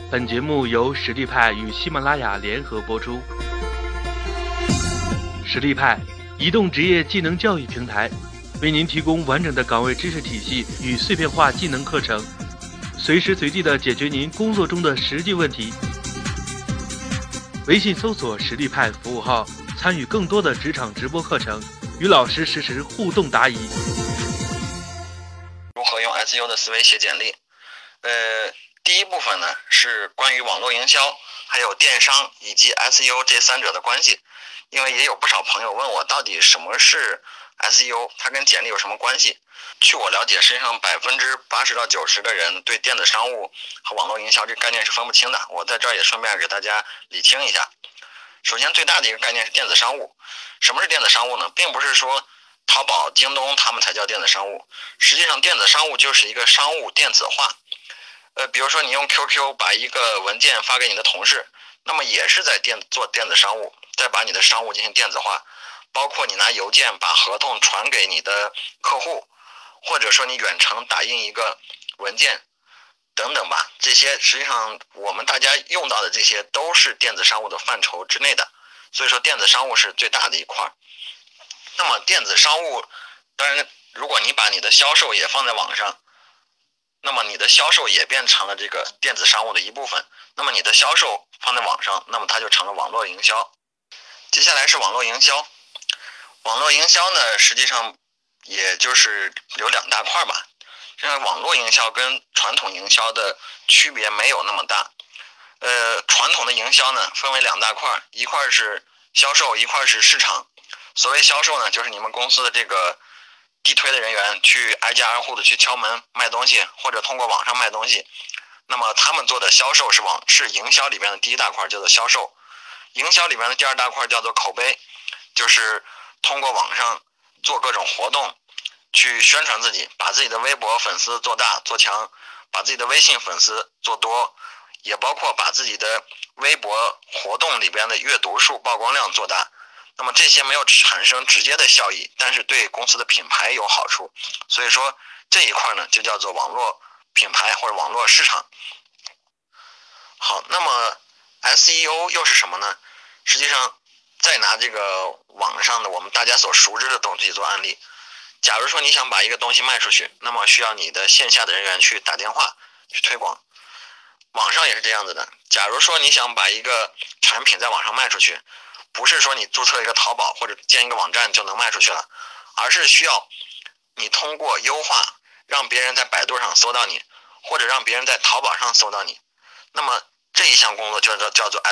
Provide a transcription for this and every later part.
本节目由实力派与喜马拉雅联合播出。实力派，移动职业技能教育平台，为您提供完整的岗位知识体系与碎片化技能课程，随时随地的解决您工作中的实际问题。微信搜索实力派服务号，参与更多的职场直播课程，与老师实时互动答疑。 如何用 SEO 的思维写简历？第一部分呢是关于网络营销，还有电商以及 SEO 这三者的关系。因为也有不少朋友问我，到底什么是 SEO， 它跟简历有什么关系？据我了解，实际上80%到90%的人对电子商务和网络营销这个概念是分不清的。我在这儿也顺便给大家理清一下。首先，最大的一个概念是电子商务。什么是电子商务呢？并不是说淘宝、京东他们才叫电子商务。实际上，电子商务就是一个商务电子化。比如说你用 QQ 把一个文件发给你的同事，那么也是在做电子商务，再把你的商务进行电子化。包括你拿邮件把合同传给你的客户，或者说你远程打印一个文件等等吧，这些实际上我们大家用到的这些都是电子商务的范畴之内的。所以说电子商务是最大的一块。那么电子商务，当然如果你把你的销售也放在网上，那么你的销售也变成了这个电子商务的一部分。那么你的销售放在网上，那么它就成了网络营销。接下来是网络营销。网络营销呢，实际上也就是有两大块吧。这样网络营销跟传统营销的区别没有那么大。传统的营销呢分为两大块，一块是销售，一块是市场。所谓销售呢，就是你们公司的这个地推的人员去挨家挨户的去敲门卖东西，或者通过网上卖东西。那么他们做的销售是营销里面的第一大块，叫做销售。营销里面的第二大块叫做口碑，就是通过网上做各种活动去宣传自己，把自己的微博粉丝做大做强，把自己的微信粉丝做多，也包括把自己的微博活动里边的阅读数曝光量做大。那么这些没有产生直接的效益，但是对公司的品牌有好处。所以说这一块呢就叫做网络品牌或者网络市场。好，那么 SEO 又是什么呢？实际上再拿这个网上的我们大家所熟知的东西做案例。假如说你想把一个东西卖出去，那么需要你的线下的人员去打电话去推广。网上也是这样子的。假如说你想把一个产品在网上卖出去，不是说你注册一个淘宝或者建一个网站就能卖出去了，而是需要你通过优化让别人在百度上搜到你，或者让别人在淘宝上搜到你。那么这一项工作叫做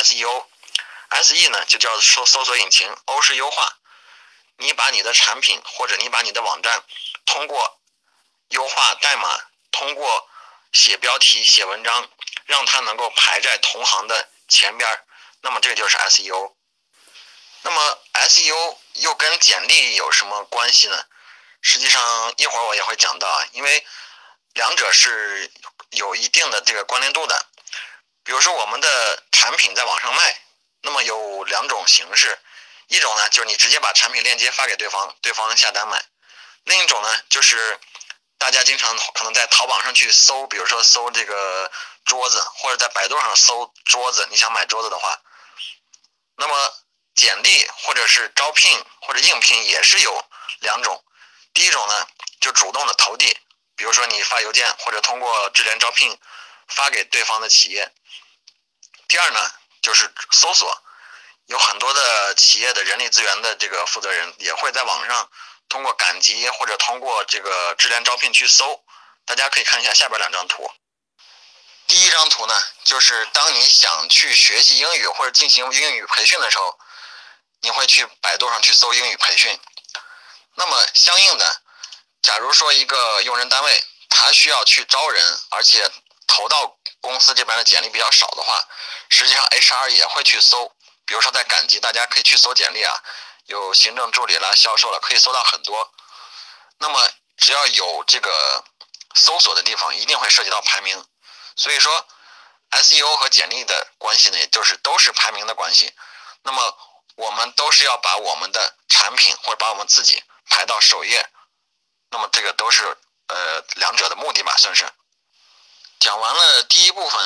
SEO。SE 呢就叫搜索引擎，O 是优化。你把你的产品或者你把你的网站通过优化代码，通过写标题写文章，让它能够排在同行的前边，那么这个就是 SEO。 那么 SEO 又跟简历有什么关系呢？实际上一会儿我也会讲到啊，因为两者是有一定的这个关联度的。比如说我们的产品在网上卖，那么有两种形式。一种呢就是你直接把产品链接发给对方，对方下单买。另一种呢就是大家经常可能在淘宝上去搜，比如说搜这个桌子，或者在百度上搜桌子，你想买桌子的话，那么简历或者是招聘或者应聘也是有两种。第一种呢就主动的投递，比如说你发邮件或者通过智联招聘发给对方的企业。第二呢就是搜索，有很多的企业的人力资源的这个负责人也会在网上通过赶集或者通过这个智联招聘去搜。大家可以看一下下边两张图。第一张图呢就是当你想去学习英语或者进行英语培训的时候，你会去百度上去搜英语培训。那么相应的，假如说一个用人单位他需要去招人，而且投到公司这边的简历比较少的话，实际上 HR 也会去搜。比如说在赶集，大家可以去搜简历啊，有行政助理啦、销售了，可以搜到很多。那么只要有这个搜索的地方，一定会涉及到排名。所以说 SEO 和简历的关系呢，也就是都是排名的关系。那么我们都是要把我们的产品或者把我们自己排到首页，那么这个都是两者的目的吧，算是。讲完了第一部分，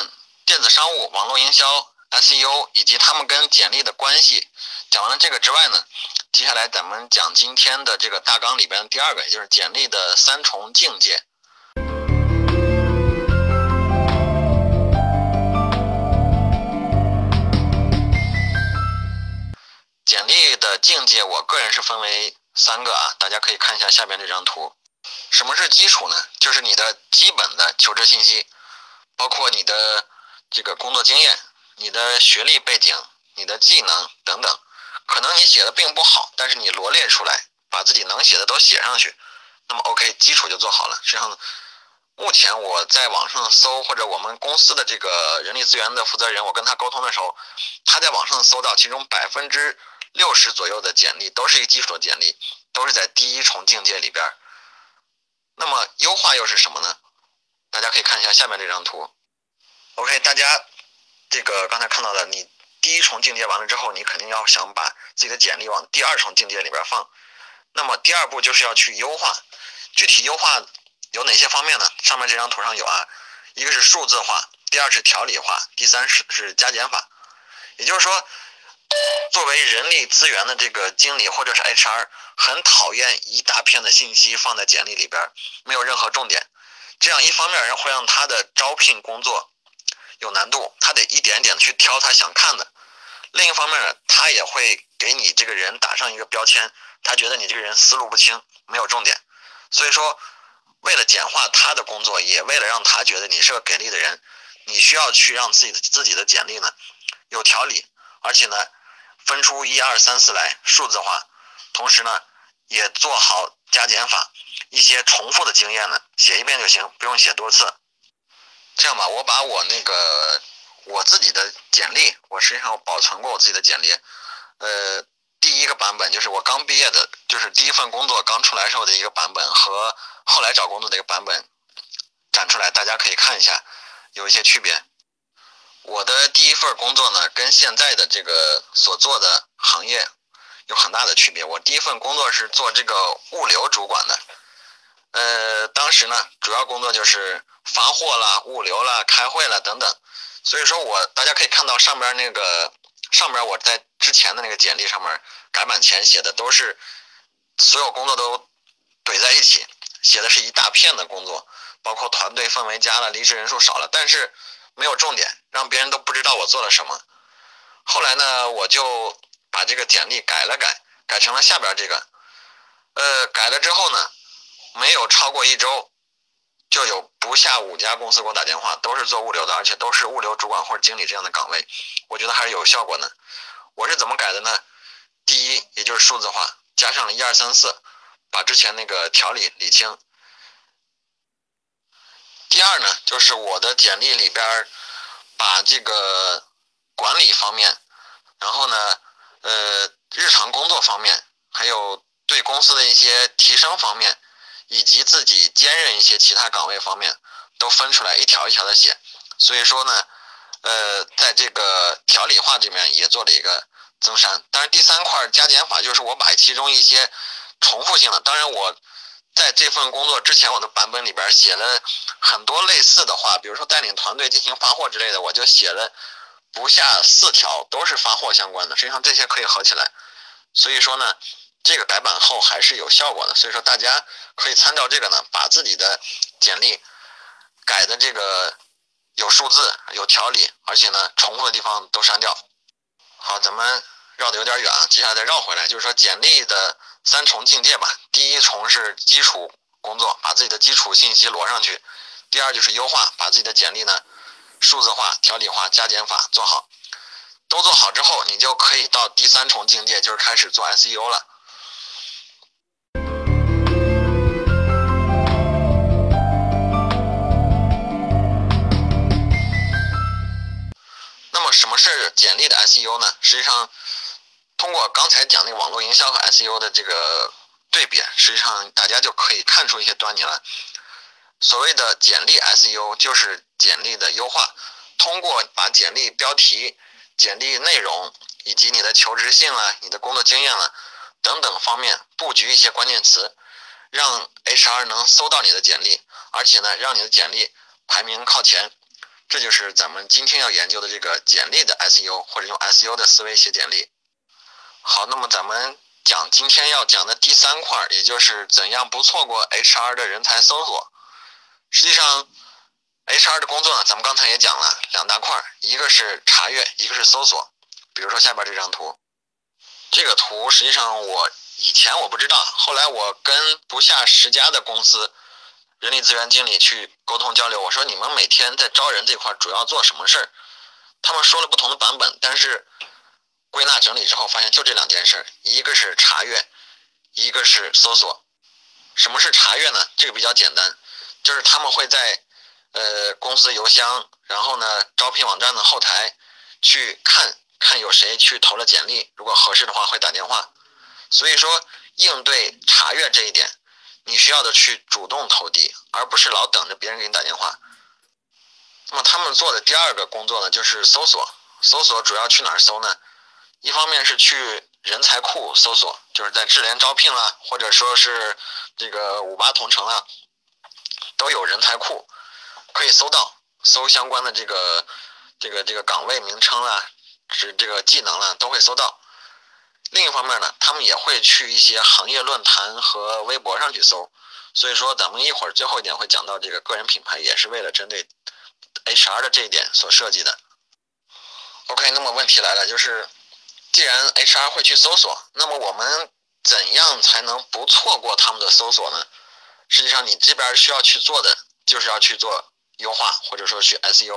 电子商务、网络营销、SEO 以及他们跟简历的关系。讲完了这个之外呢，接下来咱们讲今天的这个大纲里边的第二个，也就是简历的3重境界。简历的境界我个人是分为3个啊，大家可以看一下下边这张图。什么是基础呢？就是你的基本的求职信息，包括你的这个工作经验、你的学历背景、你的技能等等。可能你写的并不好，但是你罗列出来，把自己能写的都写上去，那么 OK， 基础就做好了。实际上目前我在网上搜，或者我们公司的这个人力资源的负责人，我跟他沟通的时候，他在网上搜到其中60%左右的简历都是一个基础的简历，都是在第1重境界里边。那么优化又是什么呢？大家可以看一下下面这张图。OK， 大家这个刚才看到的，你第1重境界完了之后，你肯定要想把自己的简历往第2重境界里边放。那么第2步就是要去优化。具体优化有哪些方面呢？上面这张图上有啊，一个是数字化，第2是条理化，第3是加减法。也就是说，作为人力资源的这个经理或者是 HR， 很讨厌一大片的信息放在简历里边，没有任何重点。这样一方面会让他的招聘工作有难度，他得一点点去挑他想看的。另一方面呢，他也会给你这个人打上一个标签，他觉得你这个人思路不清，没有重点。所以说，为了简化他的工作，也为了让他觉得你是个给力的人，你需要去让自己的简历呢有条理，而且呢分出1、2、3、4来数字化，同时呢也做好加减法，一些重复的经验呢写一遍就行，不用写多次。这样吧，我把我自己的简历，我实际上保存过我自己的简历，第1个版本就是我刚毕业的，就是第1份工作刚出来时候的一个版本，和后来找工作的一个版本展出来，大家可以看一下，有一些区别。我的第1份工作呢，跟现在的这个所做的行业有很大的区别。我第1份工作是做这个物流主管的，当时呢主要工作就是发货啦、物流啦、开会啦等等。所以说大家可以看到上边我在之前的那个简历上面改版前写的都是所有工作都怼在一起，写的是一大片的工作，包括团队氛围加了，离职人数少了，但是没有重点，让别人都不知道我做了什么。后来呢，我就把这个简历改成了下边这个，改了之后呢，没有超过1周，就有不下5家公司给我打电话，都是做物流的，而且都是物流主管或者经理这样的岗位，我觉得还是有效果的。我是怎么改的呢？第1，也就是数字化，加上了1、2、3、4，把之前那个条理理清。第2呢，就是我的简历里边把这个管理方面，然后呢，日常工作方面，还有对公司的一些提升方面，以及自己兼任一些其他岗位方面，都分出来一条一条的写。所以说呢，在这个条理化这边也做了一个增删。当然第3块加减法就是我把其中一些重复性的，当然我在这份工作之前我的版本里边写了很多类似的话，比如说带领团队进行发货之类的，我就写了不下4条，都是发货相关的。实际上这些可以合起来，所以说呢这个改版后还是有效果的。所以说大家可以参照这个呢，把自己的简历改的这个有数字有条理，而且呢重复的地方都删掉。好，咱们绕得有点远啊，接下来再绕回来，就是说简历的3重境界吧。第1重是基础工作，把自己的基础信息罗上去。第2就是优化，把自己的简历呢数字化、条理化、加减法做好。都做好之后，你就可以到第3重境界，就是开始做 SEO 了。那么什么是简历的 SEO 呢？实际上通过刚才讲那个网络营销和 SEO 的这个对比，实际上大家就可以看出一些端倪了。所谓的简历 SEO 就是简历的优化，通过把简历标题、简历内容以及你的求职信了、你的工作经验了等等方面布局一些关键词，让 HR 能搜到你的简历，而且呢让你的简历排名靠前。 这就是咱们今天要研究的这个简历的 SEO， 或者用 SEO 的思维写简历。好，那么咱们讲今天要讲的第3块，也就是怎样不错过 HR 的人才搜索。实际上 HR 的工作呢，咱们刚才也讲了2大块，一个是查阅，一个是搜索。比如说下边这张图，这个图实际上以前我不知道，后来我跟不下10家的公司人力资源经理去沟通交流，我说你们每天在招人这块主要做什么事儿？他们说了不同的版本，但是归纳整理之后发现就这2件事，一个是查阅，一个是搜索。什么是查阅呢？这个比较简单，就是他们会在公司邮箱，然后呢招聘网站的后台去看有谁去投了简历，如果合适的话会打电话。所以说应对查阅这一点，你需要的去主动投递，而不是老等着别人给你打电话。那么他们做的第2个工作呢，就是搜索。搜索主要去哪儿搜呢？一方面是去人才库搜索，就是在智联招聘啦，或者说是这个58同城啊，都有人才库可以搜相关的这个岗位名称啦，这个技能啦，都会搜到。另一方面呢，他们也会去一些行业论坛和微博上去搜。所以说咱们一会儿最后一点会讲到这个个人品牌，也是为了针对 HR 的这一点所设计的。OK， 那么问题来了，就是既然 HR 会去搜索，那么我们怎样才能不错过他们的搜索呢？实际上你这边需要去做的就是要去做优化，或者说去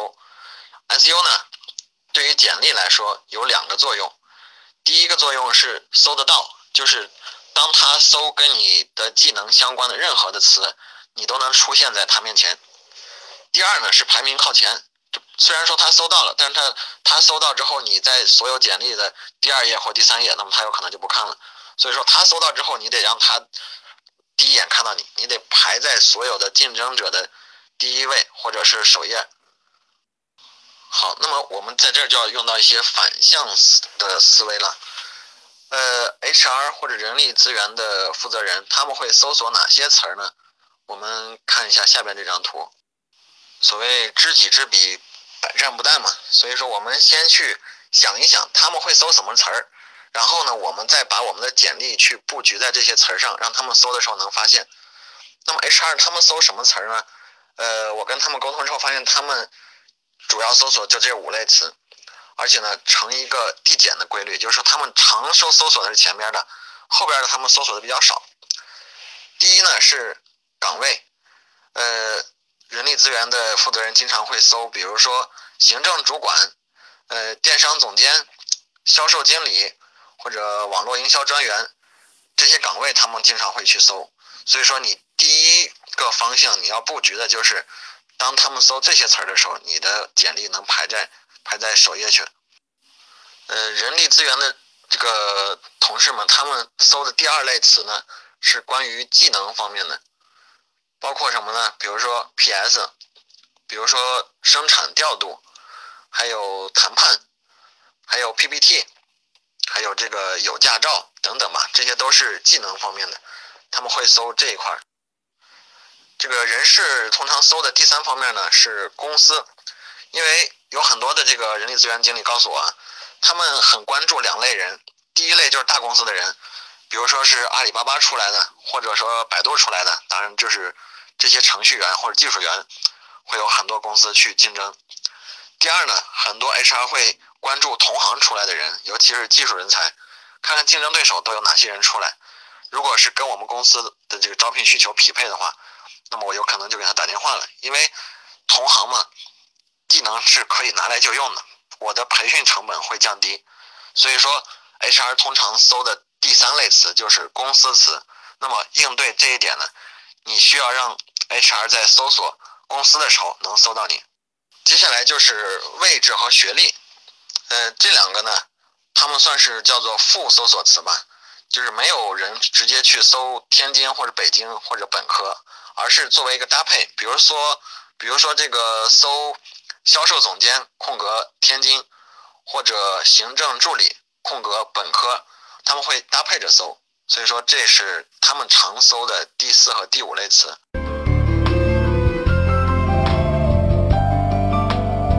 SEO。SEO 呢，对于简历来说有2个作用。第一个作用是搜得到，就是当他搜跟你的技能相关的任何的词，你都能出现在他面前。第2呢是排名靠前，虽然说他搜到了，但是他搜到之后，你在所有简历的第2页或第3页，那么他有可能就不看了。所以说他搜到之后，你得让他第一眼看到你，你得排在所有的竞争者的第1位或者是首页。好，那么我们在这儿就要用到一些反向的思维了。HR 或者人力资源的负责人，他们会搜索哪些词儿呢？我们看一下下边这张图。所谓知己知彼，百战不殆嘛。所以说我们先去想一想他们会搜什么词儿，然后呢，我们再把我们的简历去布局在这些词儿上，让他们搜的时候能发现。那么 HR 他们搜什么词儿呢？我跟他们沟通之后发现，他们主要搜索就这5类词，而且呢成一个递减的规律，就是说他们常搜索的是前边的，后边的他们搜索的比较少。第一呢是岗位，人力资源的负责人经常会搜，比如说行政主管、电商总监、销售经理或者网络营销专员，这些岗位他们经常会去搜。所以说你第一个方向你要布局的就是当他们搜这些词儿的时候，你的简历能排在首页去。人力资源的这个同事们，他们搜的第2类词呢是关于技能方面的，包括什么呢？比如说 PS， 比如说生产调度，还有谈判，还有 PPT， 还有这个有驾照等等吧，这些都是技能方面的，他们会搜这一块。这个人事通常搜的第3方面呢是公司，因为有很多的这个人力资源经理告诉我，他们很关注2类人。第一类就是大公司的人，比如说是阿里巴巴出来的，或者说百度出来的，当然就是这些程序员或者技术员会有很多公司去竞争。第2呢，很多 HR 会关注同行出来的人，尤其是技术人才，看看竞争对手都有哪些人出来，如果是跟我们公司的这个招聘需求匹配的话，那么我有可能就给他打电话了，因为同行嘛，技能是可以拿来就用的，我的培训成本会降低。所以说 HR 通常搜的第3类词就是公司词。那么应对这一点呢，你需要让 HR 在搜索公司的时候能搜到你。接下来就是位置和学历，这2个呢，他们算是叫做副搜索词吧，就是没有人直接去搜天津或者北京或者本科，而是作为一个搭配。比如说这个搜销售总监空格天津，或者行政助理空格本科，他们会搭配着搜。所以说这是他们常搜的第4和第5类词。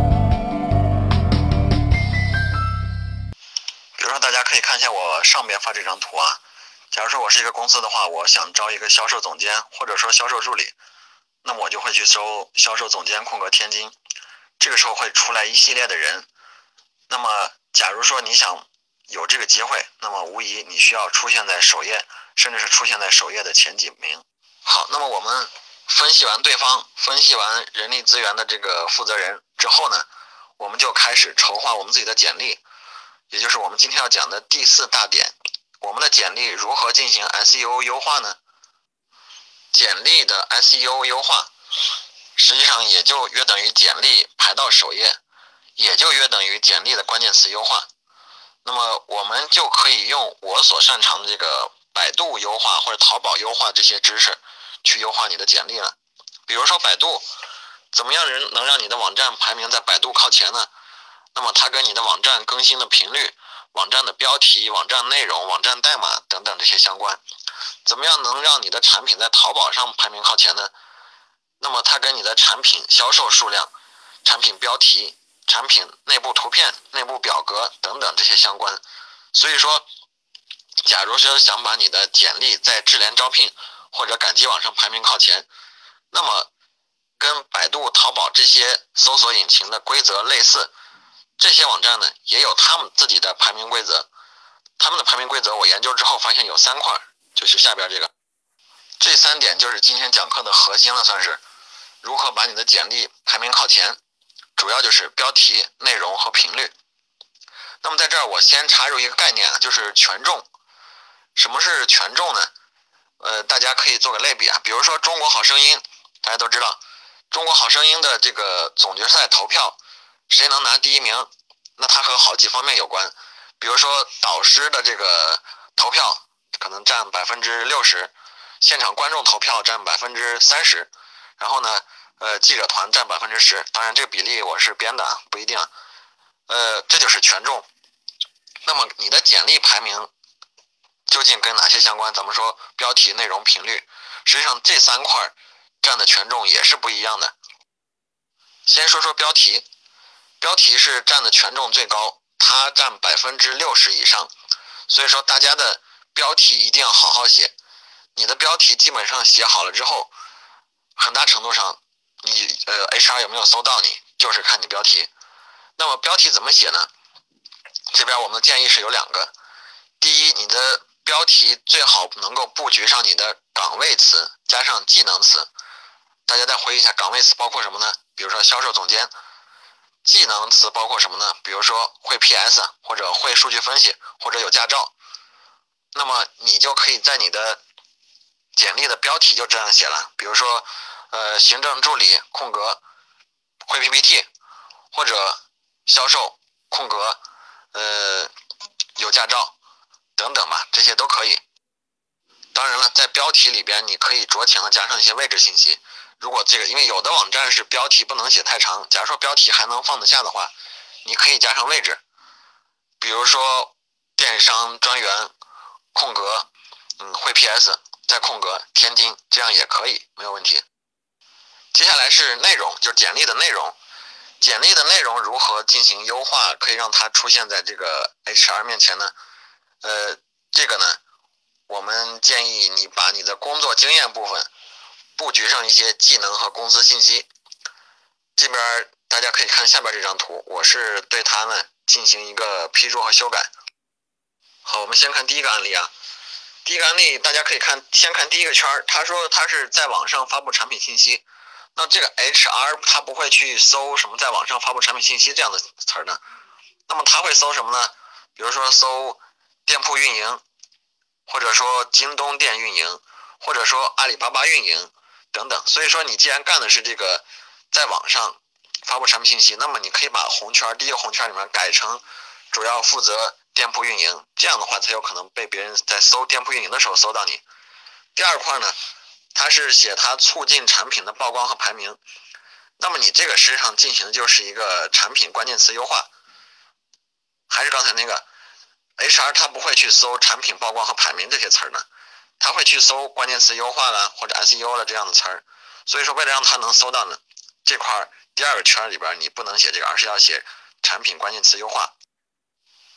上边发这张图啊，假如说我是一个公司的话，我想招一个销售总监或者说销售助理，那么我就会去搜销售总监空格天津，这个时候会出来一系列的人。那么假如说你想有这个机会，那么无疑你需要出现在首页，甚至是出现在首页的前几名。好，那么我们分析完对方，分析完人力资源的这个负责人之后呢，我们就开始筹划我们自己的简历，也就是我们今天要讲的第4大点。我们的简历如何进行 SEO 优化呢？简历的 SEO 优化实际上也就约等于简历排到首页，也就约等于简历的关键词优化。那么我们就可以用我所擅长的这个百度优化或者淘宝优化这些知识去优化你的简历了。比如说百度，怎么样能让你的网站排名在百度靠前呢？那么它跟你的网站更新的频率、网站的标题、网站内容、网站代码等等这些相关。怎么样能让你的产品在淘宝上排名靠前呢？那么它跟你的产品销售数量、产品标题、产品内部图片、内部表格等等这些相关。所以说，假如说想把你的简历在智联招聘或者赶集网上排名靠前，那么跟百度、淘宝这些搜索引擎的规则类似，这些网站呢也有他们自己的排名规则。他们的排名规则我研究之后发现有3块，就是下边这个。这3点就是今天讲课的核心了，算是如何把你的简历排名靠前，主要就是标题、内容和频率。那么在这儿我先插入一个概念啊，就是权重。什么是权重呢？大家可以做个类比啊，比如说中国好声音，大家都知道中国好声音的这个总决赛投票，谁能拿第1名，那它和好几方面有关。比如说导师的这个投票可能占60%，现场观众投票占30%，然后呢记者团占10%，当然这个比例我是编的，不一定。这就是权重。那么你的简历排名究竟跟哪些相关？咱们说标题、内容、频率，实际上这3块占的权重也是不一样的。先说说标题，标题是占的权重最高，它占60%以上。所以说大家的标题一定要好好写。你的标题基本上写好了之后，很大程度上你HR 有没有搜到你，就是看你标题。那么标题怎么写呢？这边我们的建议是有2个。第一，你的标题最好能够布局上你的岗位词加上技能词。大家再回忆一下，岗位词包括什么呢？比如说销售总监。技能词包括什么呢？比如说会 PS 或者会数据分析或者有驾照。那么你就可以在你的简历的标题就这样写了，比如说行政助理空格会 PPT， 或者销售空格有驾照等等吧，这些都可以。当然了，在标题里边你可以酌情的加上一些位置信息。如果这个因为有的网站是标题不能写太长，假如说标题还能放得下的话，你可以加上位置，比如说电商专员空格会 PS 再空格天津，这样也可以，没有问题。接下来是内容，就是简历的内容。简历的内容如何进行优化，可以让它出现在这个 HR 面前呢？这个呢，我们建议你把你的工作经验部分布局上一些技能和公司信息。这边大家可以看下边这张图，我是对它呢进行一个批注和修改。好，我们先看第一个案例啊。第一个案例大家可以先看第一个圈，他说他是在网上发布产品信息。那这个 HR 他不会去搜什么在网上发布产品信息这样的词儿呢？那么他会搜什么呢？比如说搜店铺运营，或者说京东店运营，或者说阿里巴巴运营等等。所以说你既然干的是这个在网上发布产品信息，那么你可以把红圈第一个红圈里面改成主要负责店铺运营，这样的话才有可能被别人在搜店铺运营的时候搜到你。第二块呢，它是写它促进产品的曝光和排名。那么你这个实际上进行的就是一个产品关键词优化。还是刚才那个 HR 他不会去搜产品曝光和排名这些词儿呢，他会去搜关键词优化了或者 SEO 了这样的词儿。所以说为了让他能搜到呢，这块第二个圈里边你不能写这个，而是要写产品关键词优化。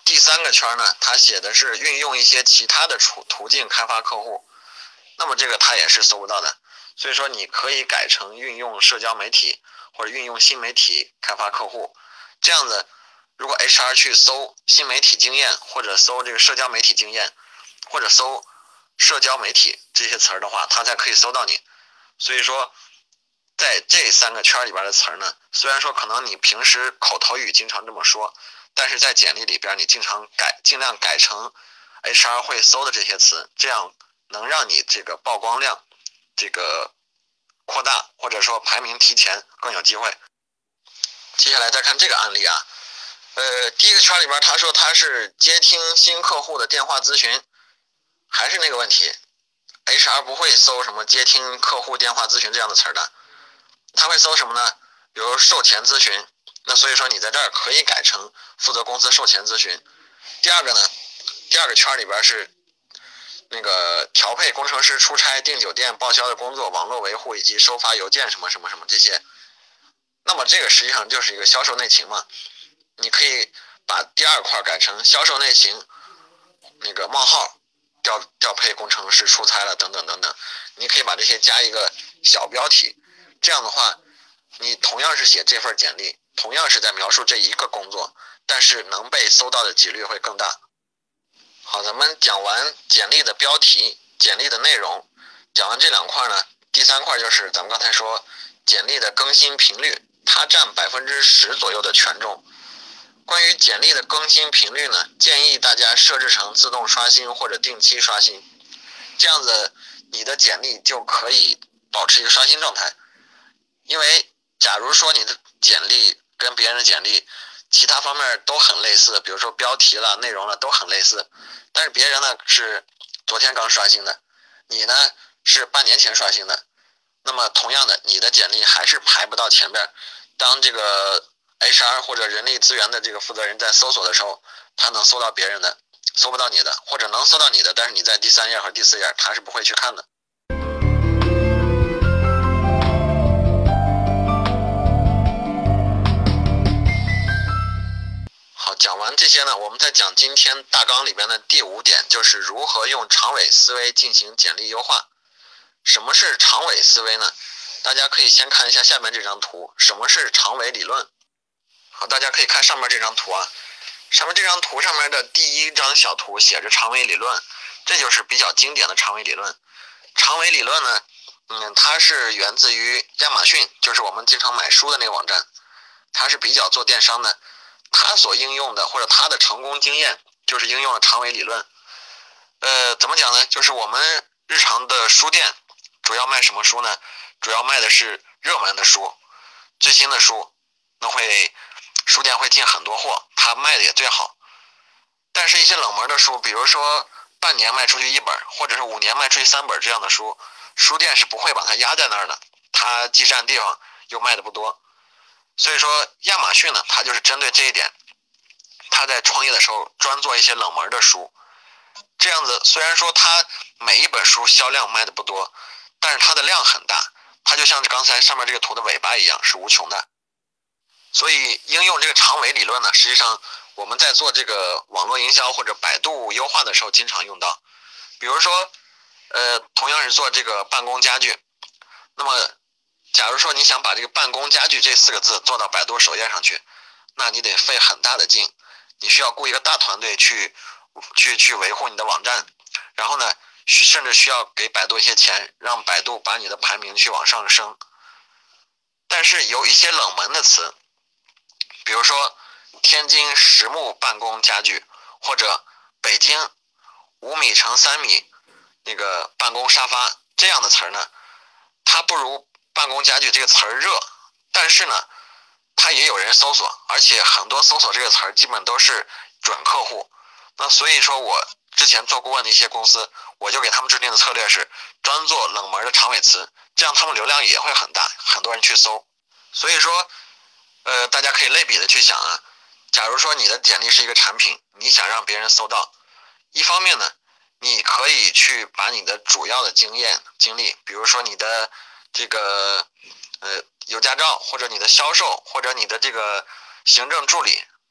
第3个圈呢，它写的是运用一些其他的途径开发客户，那么这个它也是搜不到的。所以说你可以改成运用社交媒体或者运用新媒体开发客户，这样子如果 HR 去搜新媒体经验或者搜这个社交媒体经验或者搜社交媒体这些词儿的话，它才可以搜到你。所以说在这3个圈里边的词儿呢，虽然说可能你平时口头语经常这么说，但是在简历里边你尽量改成 HR 会搜的这些词，这样能让你这个曝光量这个扩大，或者说排名提前更有机会。接下来再看这个案例啊，第一个圈里边他说他是接听新客户的电话咨询，还是那个问题 ，HR 不会搜什么接听客户电话咨询这样的词的，他会搜什么呢？比如售前咨询，那所以说你在这儿可以改成负责公司售前咨询。第二个呢，第2个圈里边是那个调配工程师出差、订酒店、报销的工作、网络维护以及收发邮件什么什么什么这些。那么这个实际上就是一个销售内勤嘛，你可以把第2块改成销售内勤那个冒号调配工程师出差了等等等等，你可以把这些加一个小标题，这样的话你同样是写这份简历，同样是在描述这一个工作，但是能被搜到的几率会更大。好，咱们讲完简历的标题、简历的内容，讲完这2块呢，第3块就是咱们刚才说简历的更新频率，它占10%左右的权重。关于简历的更新频率呢，建议大家设置成自动刷新或者定期刷新，这样子你的简历就可以保持一个刷新状态。因为假如说你的简历跟别人的简历其他方面都很类似，比如说标题了、内容了都很类似，但是别人呢是昨天刚刷新的，你呢是半年前刷新的，那么同样的你的简历还是排不到前边。当这个 HR 或者人力资源的这个负责人在搜索的时候，他能搜到别人的，搜不到你的，或者能搜到你的，但是你在第3页和第4页他是不会去看的。好，讲完这些呢，我们再讲今天大纲里边的第5点，就是如何用长尾思维进行简历优化。什么是长尾思维呢？大家可以先看一下下面这张图，什么是长尾理论？好，大家可以看上面这张图啊，上面这张图上面的第1张小图写着长尾理论，这就是比较经典的长尾理论。长尾理论呢，它是源自于亚马逊，就是我们经常买书的那个网站，它是比较做电商的，它所应用的或者它的成功经验就是应用了长尾理论。怎么讲呢？就是我们日常的书店主要卖什么书呢？主要卖的是热门的书、最新的书，那书店会进很多货，它卖的也最好。但是一些冷门的书，比如说半年卖出去1本，或者是5年卖出去3本这样的书，书店是不会把它压在那儿的，它既占地方又卖的不多。所以说亚马逊呢，它就是针对这一点，它在创业的时候专做一些冷门的书，这样子虽然说它每一本书销量卖的不多，但是它的量很大，它就像刚才上面这个图的尾巴一样，是无穷的。所以应用这个长尾理论呢，实际上我们在做这个网络营销或者百度优化的时候经常用到。比如说同样是做这个办公家具，那么假如说你想把这个办公家具这4个字做到百度首页上去，那你得费很大的劲，你需要雇一个大团队去维护你的网站，然后呢甚至需要给百度一些钱，让百度把你的排名去往上升。但是有一些冷门的词，比如说天津实木办公家具，或者北京5米乘3米那个办公沙发这样的词呢，它不如办公家具这个词热，但是呢它也有人搜索，而且很多搜索这个词基本都是准客户。那所以说我之前做顾问的一些公司，我就给他们制定的策略是专做冷门的长尾词，这样他们流量也会很大，很多人去搜。所以说大家可以类比的去想啊，假如说你的简历是一个产品，你想让别人搜到，一方面呢你可以去把你的主要的经验经历，比如说你的这个有驾照，或者你的销售，或者你的这个行政助理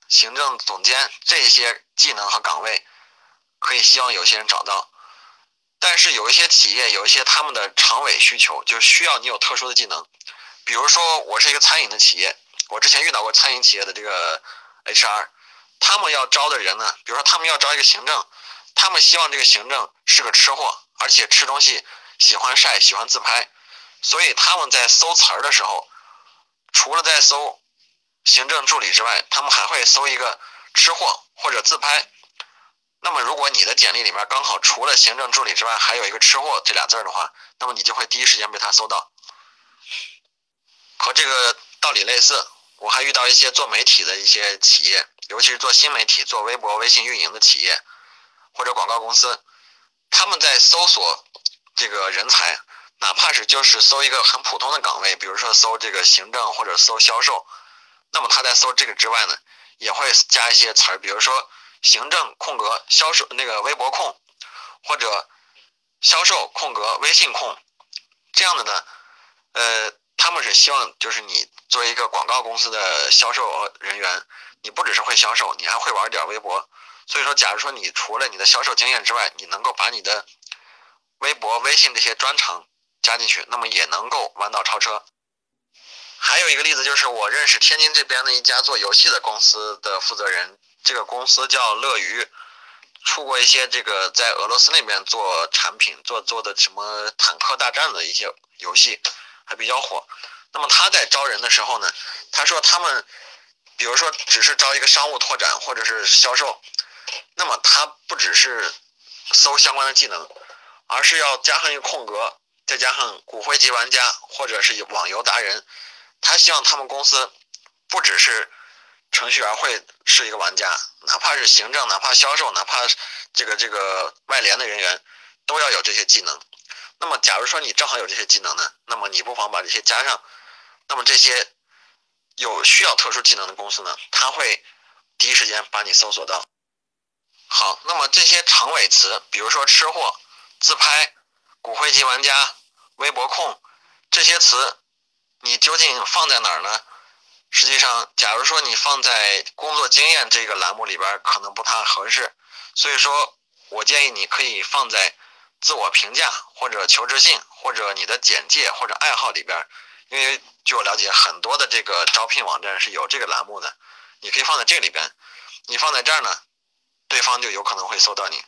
行政总监这些技能和岗位，可以希望有些人找到。但是有一些企业有一些他们的长尾需求，就需要你有特殊的技能。比如说我是一个餐饮的企业，我之前遇到过餐饮企业的这个 HR， 他们要招的人呢，比如说他们要招一个行政，他们希望这个行政是个吃货，而且吃东西喜欢晒喜欢自拍，所以他们在搜词儿的时候，除了在搜行政助理之外，他们还会搜一个吃货或者自拍。那么如果你的简历里面刚好除了行政助理之外还有一个吃货这俩字的话，那么你就会第一时间被他搜到。和这个道理类似，我还遇到一些做媒体的一些企业，尤其是做新媒体做微博微信运营的企业或者广告公司，他们在搜索这个人才，哪怕是就是搜一个很普通的岗位，比如说搜这个行政或者搜销售，那么他在搜这个之外呢，也会加一些词儿，比如说行政空格销售那个微博控，或者销售空格微信控，这样的呢，他们是希望就是你作为一个广告公司的销售人员，你不只是会销售，你还会玩点微博。所以说假如说你除了你的销售经验之外，你能够把你的微博微信这些专长加进去，那么也能够弯道超车。还有一个例子就是我认识天津这边的一家做游戏的公司的负责人，这个公司叫乐鱼，出过一些这个在俄罗斯那边做产品做的什么坦克大战的一些游戏还比较火。那么他在招人的时候呢，他说他们比如说只是招一个商务拓展或者是销售，那么他不只是搜相关的技能，而是要加上一个空格，再加上骨灰级玩家或者是网游达人。他希望他们公司不只是程序员会是一个玩家，哪怕是行政，哪怕销售，哪怕这个外联的人员都要有这些技能。那么假如说你正好有这些技能呢，那么你不妨把这些加上，那么这些有需要特殊技能的公司呢，他会第一时间把你搜索到。好，那么这些长尾词，比如说吃货、自拍、骨灰级玩家、微博控，这些词你究竟放在哪儿呢？实际上假如说你放在工作经验这个栏目里边可能不太合适，所以说我建议你可以放在自我评价或者求职信或者你的简介或者爱好里边，因为据我了解很多的这个招聘网站是有这个栏目的，你可以放在这里边。你放在这儿呢，对方就有可能会搜到你。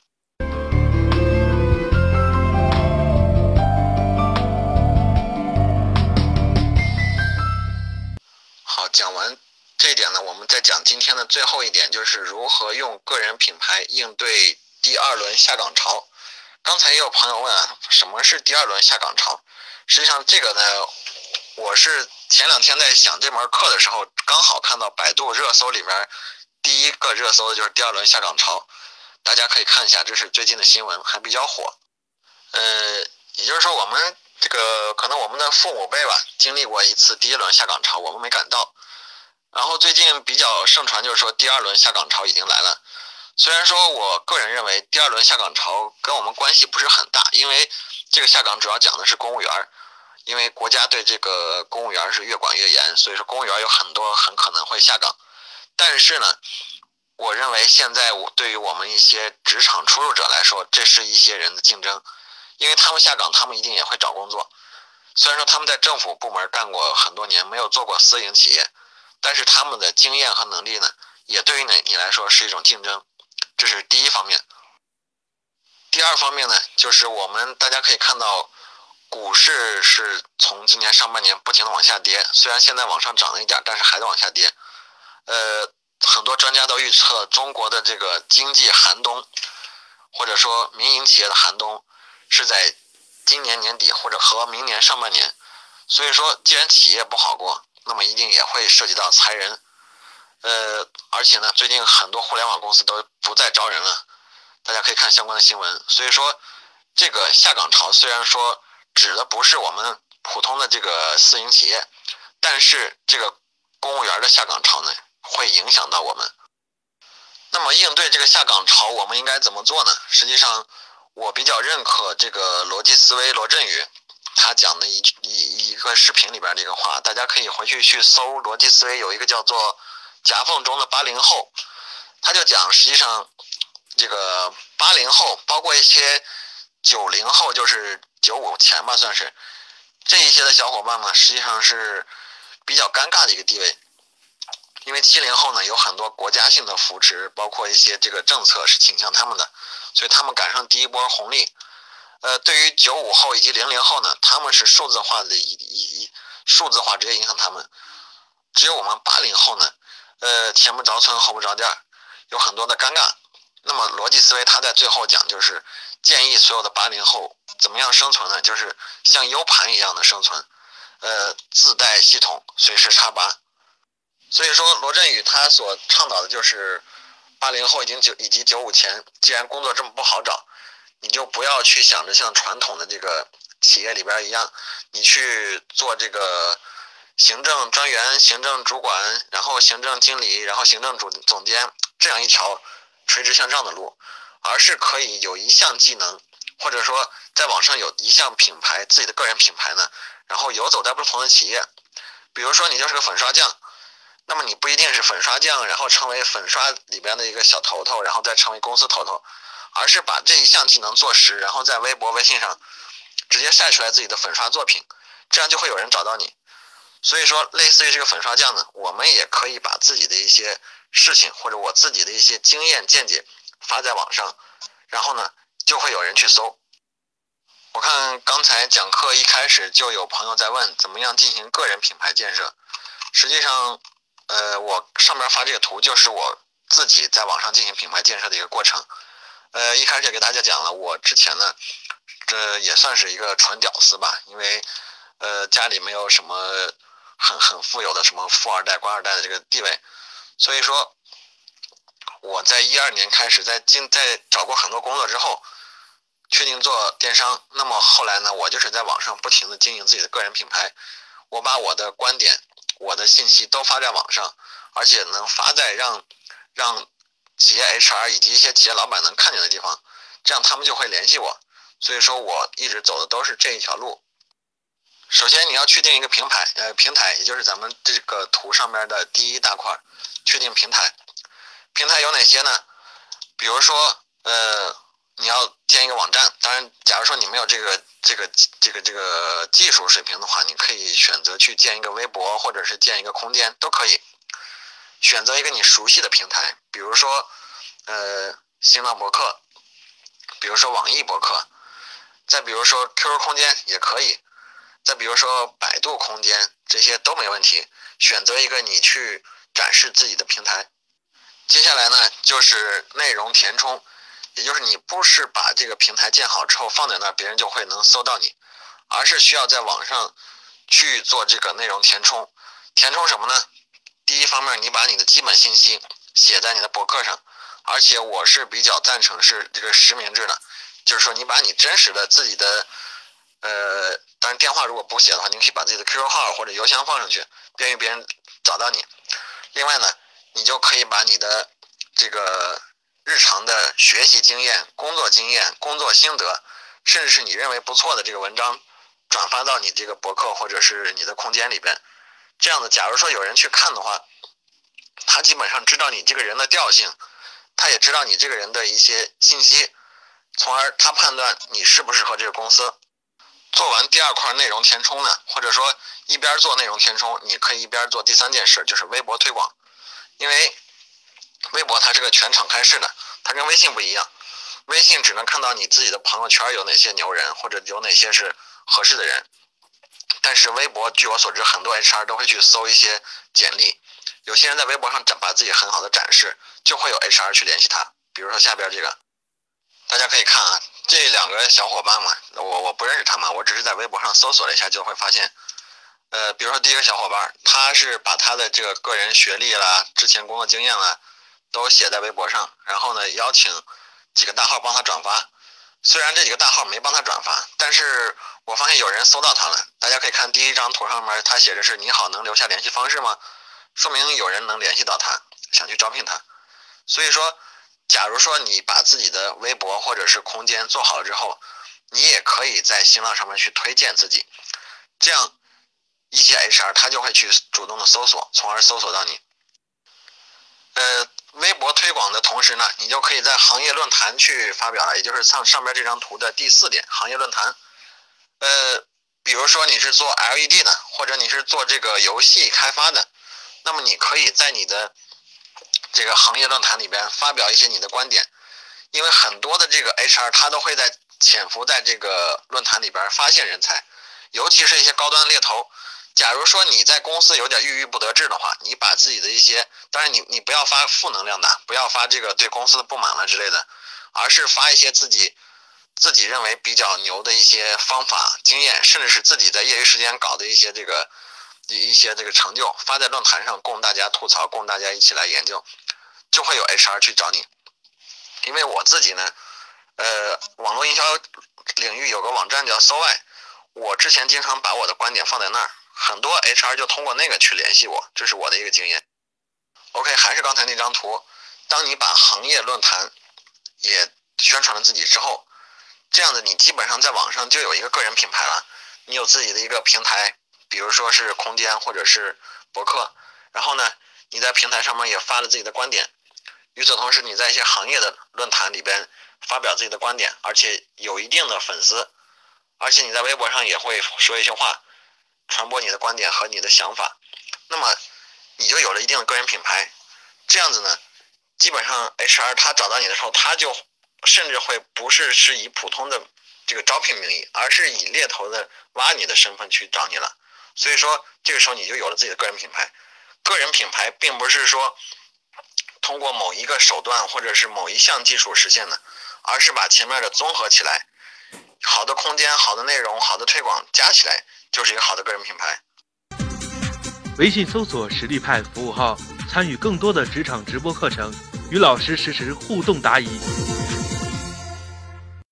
好，讲完这一点呢，我们再讲今天的最后一点，就是如何用个人品牌应对第二轮下岗潮。刚才也有朋友问啊，什么是第二轮下岗潮？实际上这个呢，我是前2天在想这门课的时候，刚好看到百度热搜里面第一个热搜的就是第二轮下岗潮，大家可以看一下，这是最近的新闻，还比较火。也就是说我们这个可能我们的父母辈吧，经历过一次第一轮下岗潮，我们没赶到。然后最近比较盛传就是说第二轮下岗潮已经来了。虽然说我个人认为第二轮下岗潮跟我们关系不是很大，因为这个下岗主要讲的是公务员，因为国家对这个公务员是越管越严，所以说公务员有很多很可能会下岗。但是呢，我认为现在对于我们一些职场初入者来说，这是一些人的竞争，因为他们下岗他们一定也会找工作。虽然说他们在政府部门干过很多年，没有做过私营企业，但是他们的经验和能力呢，也对于你来说是一种竞争，这是第一方面。第二方面呢，就是我们大家可以看到，股市是从今年上半年不停的往下跌，虽然现在往上涨了一点，但是还在往下跌。很多专家都预测中国的这个经济寒冬，或者说民营企业的寒冬，是在今年年底或者和明年上半年。所以说既然企业不好过，那么一定也会涉及到裁人。而且呢，最近很多互联网公司都不再招人了，大家可以看相关的新闻。所以说这个下岗潮虽然说指的不是我们普通的这个私营企业，但是这个公务员的下岗潮呢，会影响到我们。那么应对这个下岗潮我们应该怎么做呢？实际上我比较认可这个逻辑思维罗振宇他讲的一个视频里边这个话，大家可以回去搜逻辑思维有一个叫做夹缝中的80后，他就讲实际上这个80后包括一些90后，就是95前吧，算是这一些的小伙伴呢，实际上是比较尴尬的一个地位。因为70后呢有很多国家性的扶持，包括一些这个政策是倾向他们的，所以他们赶上第一波红利。对于95后以及00后呢，他们是数字化的数字化直接影响他们。只有我们80后呢，前不着村后不着店，有很多的尴尬。那么逻辑思维他在最后讲，就是建议所有的80后怎么样生存呢？就是像 U 盘一样的生存，自带系统，随时插拔。所以说罗振宇他所倡导的就是80后以及95前，既然工作这么不好找，你就不要去想着像传统的这个企业里边一样，你去做这个行政专员、行政主管，然后行政经理，然后行政总监这样一条垂直向上的路，而是可以有一项技能，或者说在网上有一项品牌，自己的个人品牌呢，然后游走在不同的企业。比如说你就是个粉刷匠，那么你不一定是粉刷匠，然后成为粉刷里边的一个小头头，然后再成为公司头头，而是把这一项技能做实，然后在微博、微信上直接晒出来自己的粉刷作品，这样就会有人找到你。所以说类似于这个粉刷匠呢，我们也可以把自己的一些事情或者我自己的一些经验见解发在网上，然后呢就会有人去搜。我看刚才讲课一开始就有朋友在问怎么样进行个人品牌建设，实际上我上面发这个图就是我自己在网上进行品牌建设的一个过程。一开始也给大家讲了，我之前呢这也算是一个纯屌丝吧，因为家里没有什么很富有的什么富二代官二代的这个地位，所以说我在12年开始在找过很多工作之后确定做电商。那么后来呢，我就是在网上不停的经营自己的个人品牌，我把我的观点、我的信息都发在网上，而且能发在让企业 HR 以及一些企业老板能看见的地方，这样他们就会联系我。所以说我一直走的都是这一条路。首先你要确定一个平台，也就是咱们这个图上面的第一大块，确定平台。平台有哪些呢？比如说你要建一个网站，当然假如说你没有这个技术水平的话，你可以选择去建一个微博，或者是建一个空间都可以。选择一个你熟悉的平台，比如说新浪博客，比如说网易博客，再比如说 QQ 空间也可以，再比如说百度空间，这些都没问题。选择一个你去展示自己的平台。接下来呢就是内容填充，也就是你不是把这个平台建好之后放在那儿别人就会能搜到你，而是需要在网上去做这个内容填充。填充什么呢？第一方面，你把你的基本信息写在你的博客上，而且我是比较赞成是这个实名制的，就是说你把你真实的自己的当然电话如果不写的话，你可以把自己的 QQ 号或者邮箱放上去，便于别人找到你。另外呢，你就可以把你的这个日常的学习经验、工作经验、工作心得，甚至是你认为不错的这个文章转发到你这个博客或者是你的空间里边。这样的，假如说有人去看的话，他基本上知道你这个人的调性，他也知道你这个人的一些信息，从而他判断你适不适合这个公司。做完第二块内容填充呢，或者说一边做内容填充，你可以一边做第三件事，就是微博推广。因为微博它是个全敞开式的，它跟微信不一样，微信只能看到你自己的朋友圈有哪些牛人，或者有哪些是合适的人。但是微博据我所知，很多 HR 都会去搜一些简历，有些人在微博上把自己很好的展示，就会有 HR 去联系他。比如说下边这个，大家可以看啊，这两个小伙伴嘛，我不认识他们，我只是在微博上搜索了一下，就会发现比如说第一个小伙伴，他是把他的这个个人学历啦、之前工作经验啦都写在微博上，然后呢邀请几个大号帮他转发。虽然这几个大号没帮他转发，但是我发现有人搜到他了。大家可以看第一张图上面，他写着是你好，能留下联系方式吗？说明有人能联系到他，想去招聘他。所以说假如说你把自己的微博或者是空间做好了之后，你也可以在新浪上面去推荐自己，这样一些 HR 他就会去主动的搜索，从而搜索到你。 时呢，你就可以在行业论坛去发表了，也就是上边这张图的第4点，行业论坛。比如说你是做 LED 的，或者你是做这个游戏开发的，那么你可以在你的这个行业论坛里边发表一些你的观点，因为很多的这个 HR 他都会潜伏在这个论坛里边发现人才，尤其是一些高端猎头。假如说你在公司有点郁郁不得志的话，你把自己的一些，当然你不要发负能量的，不要发这个对公司的不满了之类的，而是发一些自己认为比较牛的一些方法经验，甚至是自己在业余时间搞的一些这个成就，发在论坛上供大家吐槽，供大家一起来研究，就会有 HR 去找你。因为我自己呢网络营销领域有个网站叫 SoY， 我之前经常把我的观点放在那儿，很多 HR 就通过那个去联系我，这是我的一个经验。 OK， 还是刚才那张图，当你把行业论坛也宣传了自己之后，这样子你基本上在网上就有一个个人品牌了，你有自己的一个平台，比如说是空间或者是博客，然后呢你在平台上面也发了自己的观点，与此同时你在一些行业的论坛里边发表自己的观点，而且有一定的粉丝，而且你在微博上也会说一些话，传播你的观点和你的想法，那么你就有了一定的个人品牌。这样子呢，基本上 HR 他找到你的时候，他就甚至会不是以普通的这个招聘名义，而是以猎头的挖你的身份去找你了。所以说这个时候你就有了自己的个人品牌。个人品牌并不是说通过某一个手段或者是某一项技术实现的，而是把前面的综合起来，好的空间、好的内容、好的推广加起来，就是一个好的个人品牌。 微信搜索实力派服务号，参与更多的职场直播课程，与老师实时互动答疑。